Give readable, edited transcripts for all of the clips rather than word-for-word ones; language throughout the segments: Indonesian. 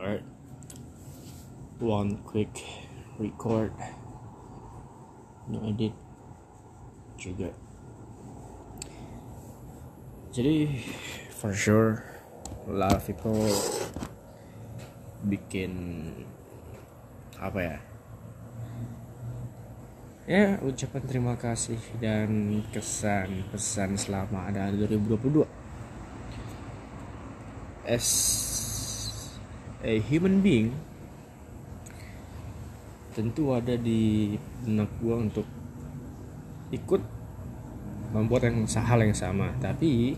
Alright, one quick record, no edit juga. Jadi for sure a lot of people bikin ucapan terima kasih dan kesan pesan selama ada 2022. As a human being, tentu ada di benak gue untuk ikut membuat hal yang sama, tapi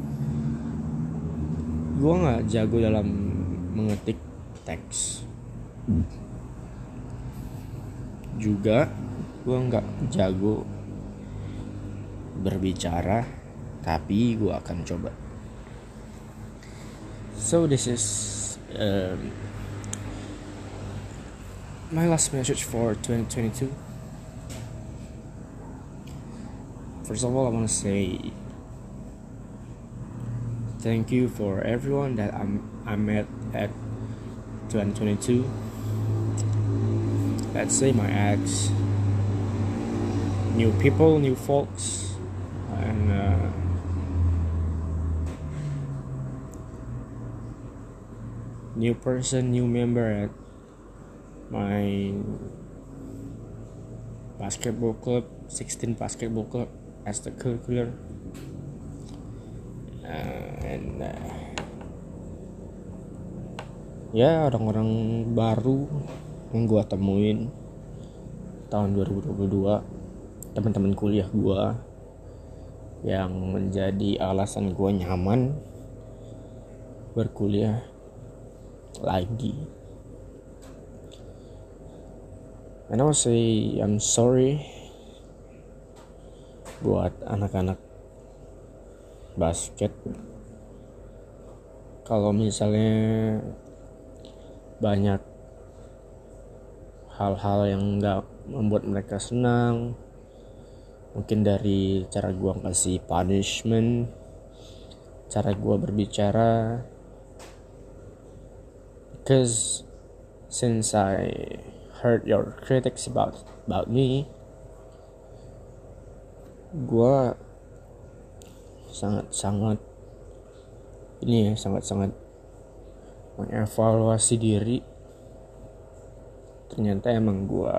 gue nggak jago dalam mengetik teks. Juga gue nggak jago berbicara, tapi gue akan coba. So this is my last message for 2022. First of all, I want to say thank you for everyone that I met at 2022. Let's say my ex, new people, new folks, and new person, new member at my basketball club, 16 basketball club as the curricular, orang-orang baru yang gue temuin tahun 2022, teman-teman kuliah gue yang menjadi alasan gue nyaman berkuliah lagi. And I will say I'm sorry buat anak-anak basket kalau misalnya banyak hal-hal yang gak membuat mereka senang, mungkin dari cara gua kasih punishment, cara gua berbicara. Because since I heard your critics about me, gua sangat mengevaluasi diri. Ternyata emang gue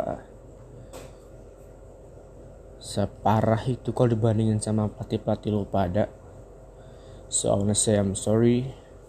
separah itu kalau dibandingin sama pelatih lo pada. So I wanna say I'm sorry.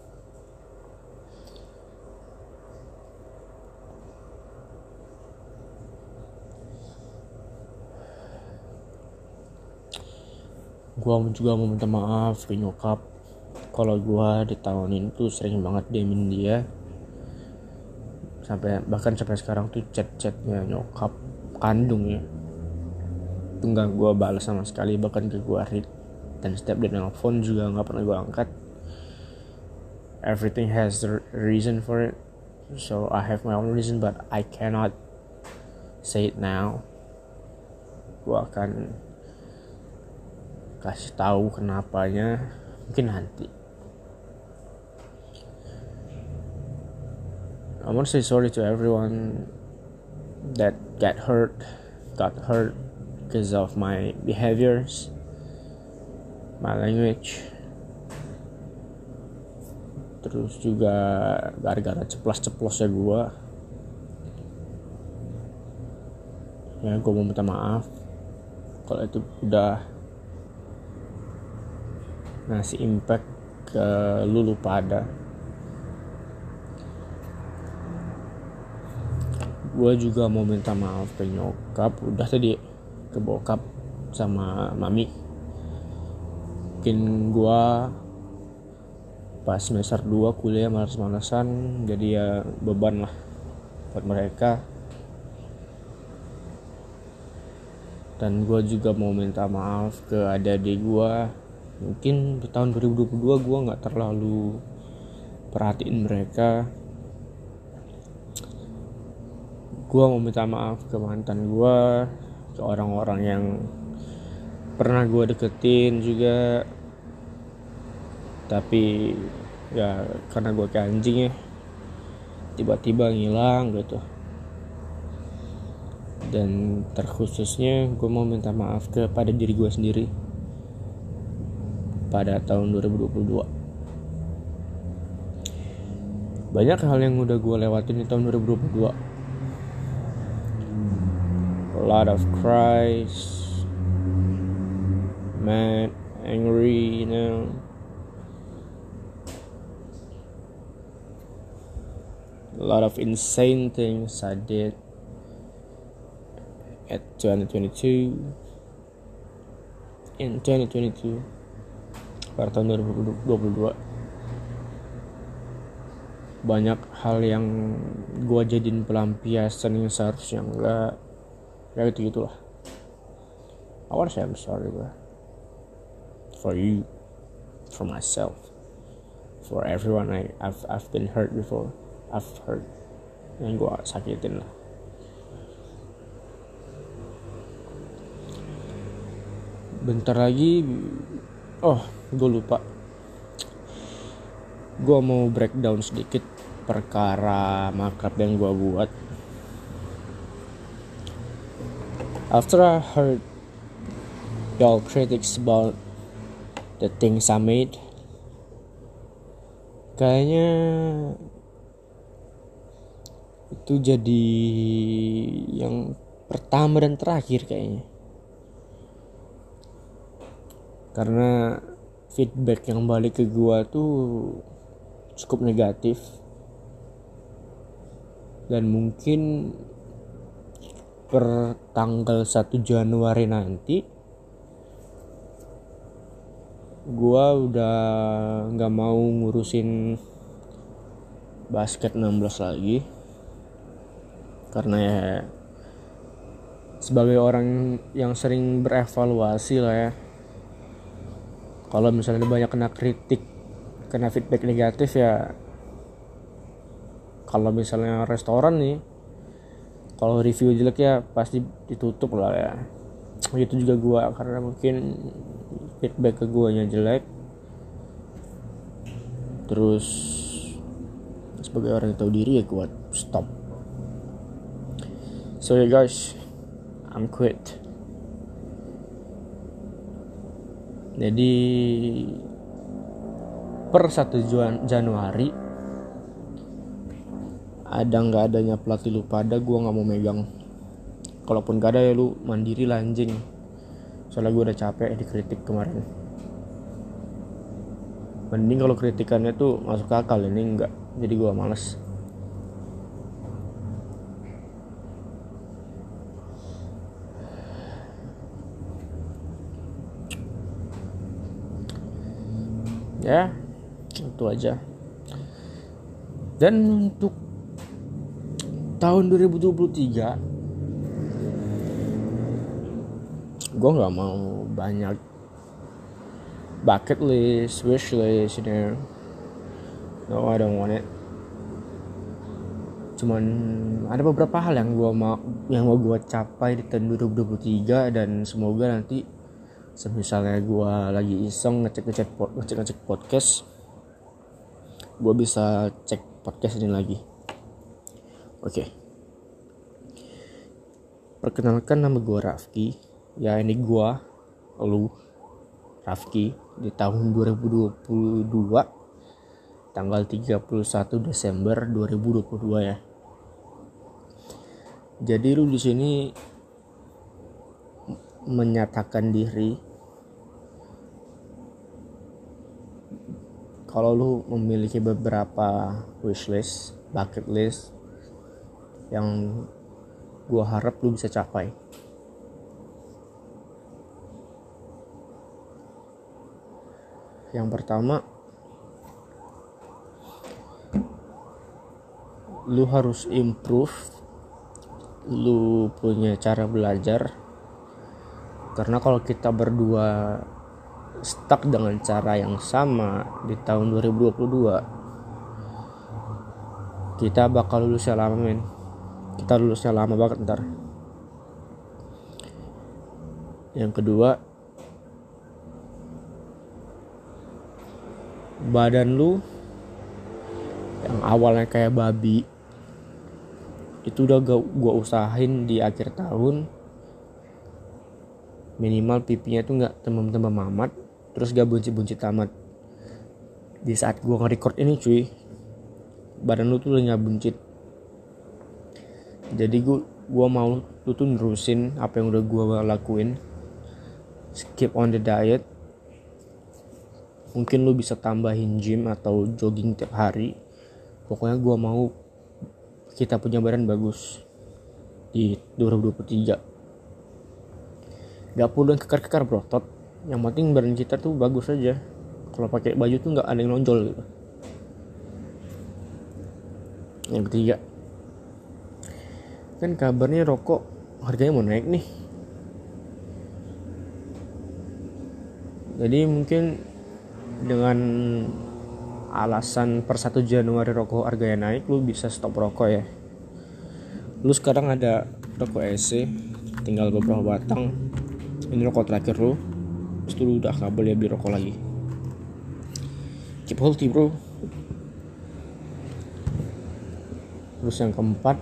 Gue juga mau minta maaf ke nyokap kalau gue di tahun ini tuh sering banget diemin dia, sampai sekarang tuh chatnya nyokap kandung ya itu nggak gue balas sama sekali, bahkan ke gue read, dan setiap dia nelfon juga nggak pernah gue angkat. Everything has a reason for it, so I have my own reason, but I cannot say it now. Gue akan kasih tahu kenapanya mungkin nanti. I want to say sorry to everyone that got hurt because of my behaviors, my language, terus juga gara-gara ceplos-ceplosnya gue. Ya, gue mau minta maaf kalau itu udah ngasih impact ke lu pada. Gue juga mau minta maaf ke nyokap, udah tadi ke bokap sama mami. Mungkin gue pas semester 2 kuliah malas-malasan, jadi ya beban lah buat mereka. Dan gue juga mau minta maaf ke adik-adik gue. Mungkin di tahun 2022 gue gak terlalu perhatiin mereka. Gue mau minta maaf ke mantan gue, ke orang-orang yang pernah gue deketin juga, tapi ya karena gue kayak anjing ya, tiba-tiba ngilang gitu. Dan terkhususnya gue mau minta maaf kepada diri gue sendiri pada tahun 2022. Banyak hal yang udah gue lewatin di tahun 2022. A lot of cries, mad, angry, a lot of insane things I did at 2022 pada tahun 2022. Banyak hal yang gue jadiin pelampiasan yang seharusnya enggak, ya gitu-gitulah. I wanna say I'm sorry, bro, for you, for myself, for everyone I've been hurt before. I've hurt yang gue sakitin lah. Bentar lagi, gue lupa. Gue mau breakdown sedikit perkara makrab yang gue buat. After I heard y'all critics about the things I made, kayaknya itu jadi yang pertama dan terakhir kayaknya. Karena feedback yang balik ke gua tuh cukup negatif. Dan mungkin per tanggal 1 Januari nanti gua udah gak mau ngurusin basket 16 lagi. Karena ya sebagai orang yang sering berevaluasi lah ya, kalau misalnya banyak kena kritik, kena feedback negatif ya, kalau misalnya restoran nih, kalau review jelek ya pasti ditutup lah ya. Begitu juga gua, karena mungkin feedback ke guanya jelek. Terus sebagai orang yang tahu diri ya gua stop. So yeah guys, I'm quit. Jadi per 1 Januari ada nggak adanya pelatih lu pada, gue nggak mau megang. Kalaupun gak ada ya lu mandiri lah anjing. Soalnya gue udah capek dikritik kemarin. Mending kalau kritikannya tuh masuk akal, ini enggak, jadi gue males. Ya, itu aja. Dan untuk tahun 2023 gue gak mau banyak bucket list, wish list, no, I don't want it. Cuman ada beberapa hal yang mau gue capai di tahun 2023. Dan semoga nanti misalnya gue lagi iseng ngecek podcast, gue bisa cek podcast ini lagi. Oke. Perkenalkan, nama gue Rafki. Ya, ini gue, lu, Rafki, di tahun 2022, tanggal 31 Desember 2022 ya. Jadi lu di sini menyatakan diri kalau lu memiliki beberapa wishlist, bucket list yang gua harap lu bisa capai. Yang pertama, lu harus improve lu punya cara belajar. Karena kalau kita berdua stuck dengan cara yang sama di tahun 2022, kita bakal lulusnya lama, men. Kita lulusnya lama banget ntar. Yang kedua, badan lu yang awalnya kayak babi Itu udah gue usahain di akhir tahun minimal pipinya tuh nggak tembem-tembem amat, terus gak buncit-buncit amat. Di saat gue nge-record ini cuy, badan lu tuh udah nggak buncit. Jadi gue mau lu tuh nerusin apa yang udah gue lakuin. Skip on the diet. Mungkin lu bisa tambahin gym atau jogging tiap hari. Pokoknya gue mau kita punya badan bagus di 2023. Gak perlu yang kekar-kekar berotot, yang penting badan kita tuh bagus aja. Kalau pakai baju tuh gak ada yang nonjol gitu. Yang ketiga, kan kabarnya rokok harganya mau naik nih. Jadi mungkin dengan alasan per 1 Januari rokok harganya naik, lu bisa stop rokok ya. Lu sekarang ada rokok EC, tinggal beberapa batang. Ini rokok terakhir lu. Terus lu udah gak boleh beli rokok lagi. Keep healthy bro. Terus yang keempat,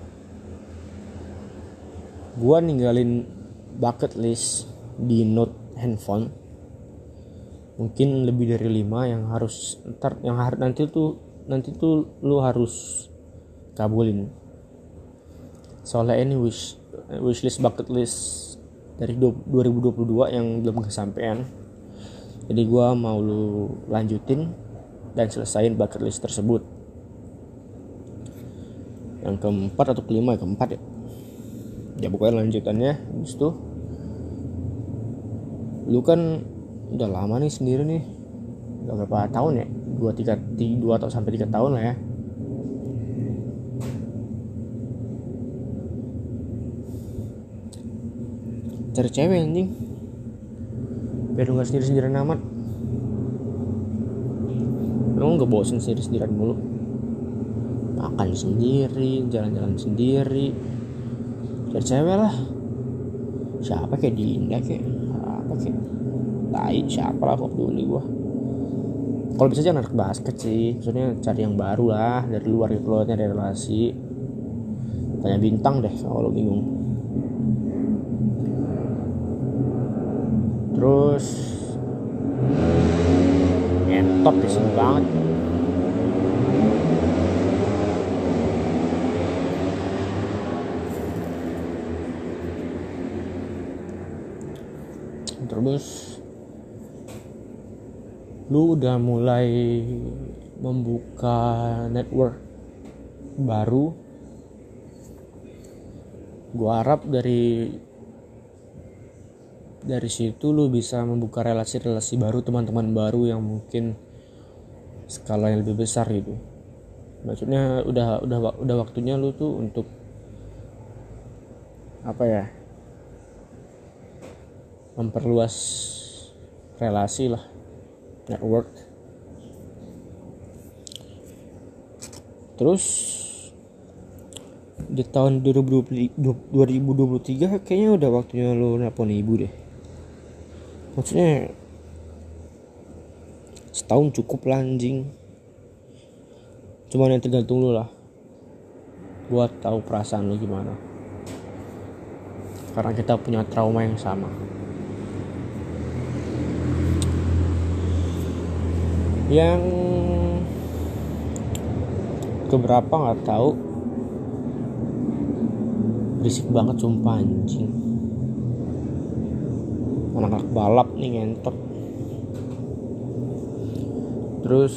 gua ninggalin bucket list di note handphone. Mungkin lebih dari 5 yang harus nanti tuh lu harus kabulin. Soalnya ini wishlist bucket list dari 2022 yang belum kesampaian. Jadi gua mau lu lanjutin dan selesain bucket list tersebut. Yang keempat atau kelima, keempat ya. Ya pokoknya lanjutannya habis itu, lu kan udah lama nih sendiri nih, udah berapa tahun ya, 2 atau sampai 3 tahun lah ya. Cari cewek anjing, biar lu gak sendiri-sendirian amat. Lu gak bosen sendiri-sendirian mulu, makan sendiri, jalan-jalan sendiri. Cari cewek lah, siapa kayak Dinda kayak apa kayak tai, siapa lah, kok peduli gua. Kalau bisa jangan anak basket sih, maksudnya cari yang baru lah dari luar gitu loh, nyari relasi. Tanya Bintang deh kalau lo bingung. Terus ngetop di sini banget. Terus lu udah mulai membuka network baru. Gua harap dari situ lu bisa membuka relasi-relasi baru, teman-teman baru yang mungkin skala yang lebih besar gitu. Maksudnya udah waktunya lu tuh untuk apa ya, memperluas relasi lah, network. Terus di tahun 2023 kayaknya udah waktunya lo nelpon ibu deh. Maksudnya setahun cukup lah anjing. Cuman yang tergantung lo lah. Gua tahu perasaan lo gimana, karena kita punya trauma yang sama. Yang keberapa nggak tahu, berisik banget sumpah anjing. Anak-anak balap nih ngentot. Terus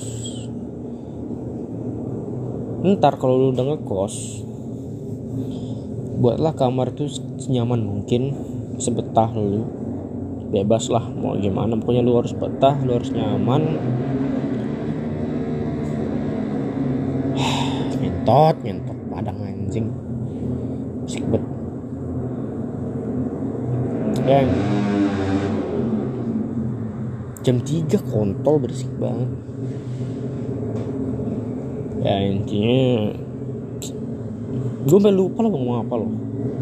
ntar kalau lu udah ngekos, buatlah kamar itu senyaman mungkin, sebetah lu. Bebas lah mau gimana, pokoknya lu harus betah, lu harus nyaman. ngentot padang anjing, berisik bet. Jam 3 kontol, berisik banget. Ya intinya gue sampai lupa lo ngomong apa lo.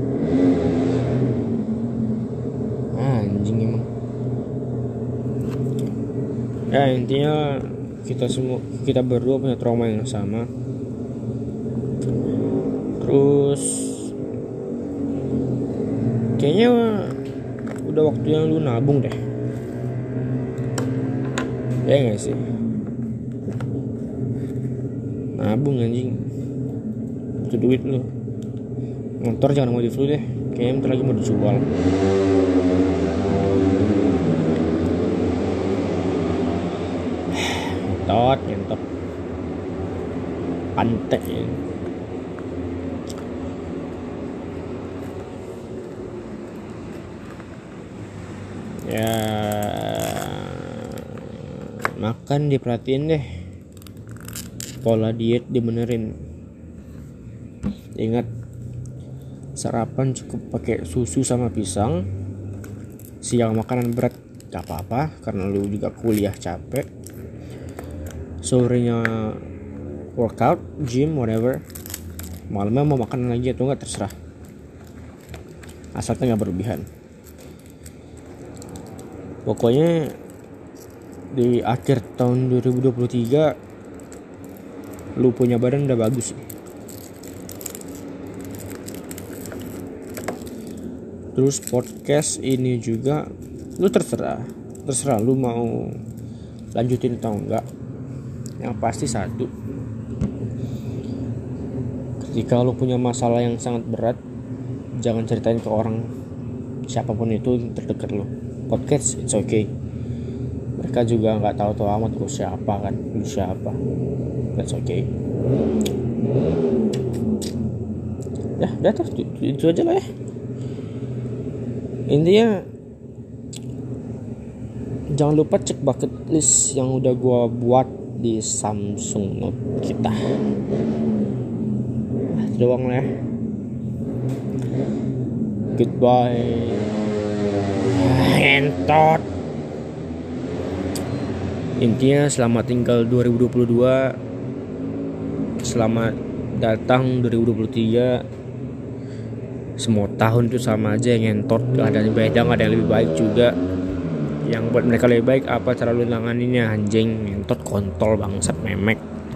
Anjing emang. Ya intinya kita berdua punya trauma yang sama. Terus Kayaknya udah waktunya lu nabung deh. Ya gak sih? Nabung anjing. Itu duit lu. Motor jangan modif lu deh. Kayaknya bentar lagi mau dijual. Ngentot pantek ya. Ya, makan diperhatiin deh, pola diet dibenerin. Ingat, sarapan cukup pakai susu sama pisang. Siang makanan berat gak apa-apa karena lu juga kuliah capek. Sorenya workout, gym, whatever. Malamnya mau makan lagi atau enggak terserah, asalkan gak berlebihan. Pokoknya di akhir tahun 2023 lu punya badan udah bagus sih. Terus podcast ini juga lu terserah lu mau lanjutin atau enggak. Yang pasti satu, ketika lu punya masalah yang sangat berat, jangan ceritain ke orang siapapun itu terdekat lu. Podcast it's okay, mereka juga nggak tahu amat lu siapa, that's okay. Ya udah tuh, itu aja lah ya. Intinya jangan lupa cek bucket list yang udah gua buat di Samsung Note kita. Itu doang lah ya. Goodbye. Entot. Intinya selamat tinggal 2022. Selamat datang 2023. Semua tahun itu sama aja, ngentot. Gak ada yang beda, gak ada yang lebih baik juga. Yang buat mereka lebih baik apa cara lu nanganinnya, anjing, ngentot, kontol, bangsat, memek.